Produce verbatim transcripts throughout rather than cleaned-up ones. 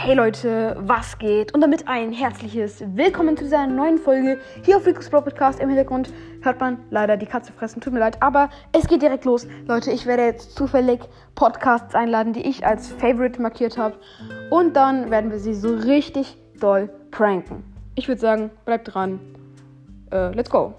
Hey Leute, was geht? Und damit ein herzliches Willkommen zu dieser neuen Folge hier auf Rico's Bro Podcast. Im Hintergrund hört man leider die Katze fressen, tut mir leid, aber es geht direkt los. Leute, ich werde jetzt zufällig Podcasts einladen, die ich als Favorite markiert habe. Und dann werden wir sie so richtig doll pranken. Ich würde sagen, bleibt dran. Äh, let's go.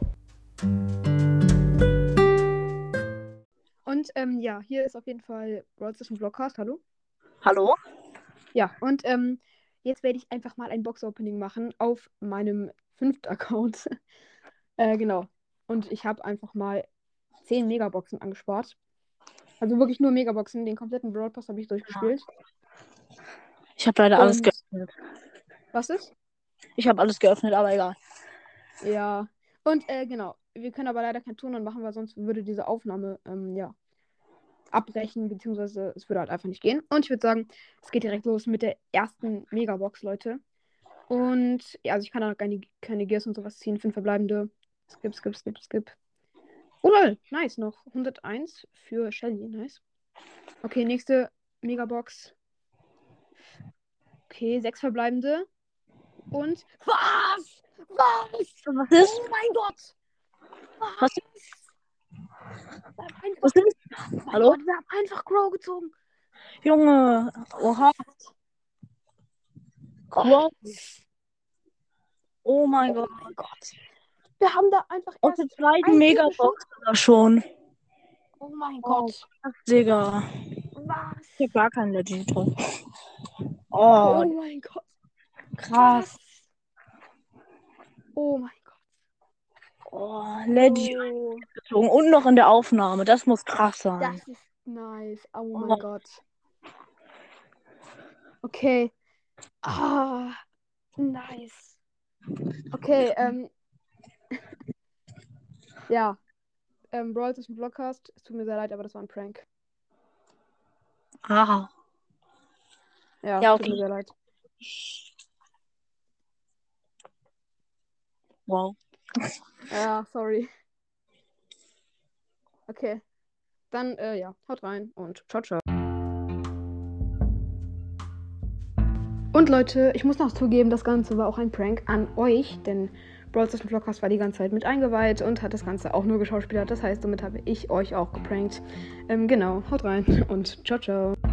Und ähm, ja, hier ist auf jeden Fall Brawl Stars Vlogcast. Hallo. Hallo? Ja, und ähm, jetzt werde ich einfach mal ein Box-Opening machen auf meinem fünften Account. äh, genau. Und ich habe einfach mal zehn Megaboxen angespart. Also wirklich nur Megaboxen. Den kompletten Brawl Pass habe ich durchgespielt. Ich habe leider alles Und geöffnet. was ist? Ich habe alles geöffnet, aber egal. Ja. Und äh, genau. Wir können aber leider kein Turnier machen, weil sonst würde diese Aufnahme, ähm, ja, abbrechen, beziehungsweise es würde halt einfach nicht gehen. Und ich würde sagen, es geht direkt los mit der ersten Megabox, Leute. Und ja, also ich kann auch keine, keine Gears und sowas ziehen. Fünf verbleibende. Skip, skip, skip, skip. Oh lol, nice, noch hunderteins für Shelly, nice. Okay, nächste Megabox. Okay, sechs verbleibende. Und was? Was? Was ist? Oh mein Gott! Was? Was Wir haben einfach, Was ist? mein Hallo? Gott, wir haben einfach Crow gezogen. Junge. Oha. Crow. Oh mein Oh Gott. mein Gott. Wir haben da einfach Aus erst der zweiten ein Megabox sogar schon. Oh mein Oh, Gott. krass, Digga. Was? Ich hab gar keinen Legend drauf. Oh Oh, mein Gott. krass. Was? Oh mein Gott. Oh, Legend Oh, gezogen. Und noch in der Aufnahme. Das muss krass sein. das ist nice. Oh Oh. mein Gott. Okay. Ah, nice. Okay, ähm. ja. Ähm, Brawl ist ein Vlogcast. Es tut mir sehr leid, aber das war ein Prank. Aha. Ja, Ja, tut mir okay. sehr leid. Wow. Ja, sorry. Okay. Dann, äh, ja, haut rein und ciao, ciao. Und Leute, ich muss noch zugeben, das Ganze war auch ein Prank an euch, denn Brawl Stars Vlogcast war die ganze Zeit mit eingeweiht und hat das Ganze auch nur geschauspielert. Das heißt, somit habe ich euch auch geprankt. Ähm, genau, haut rein und ciao, ciao.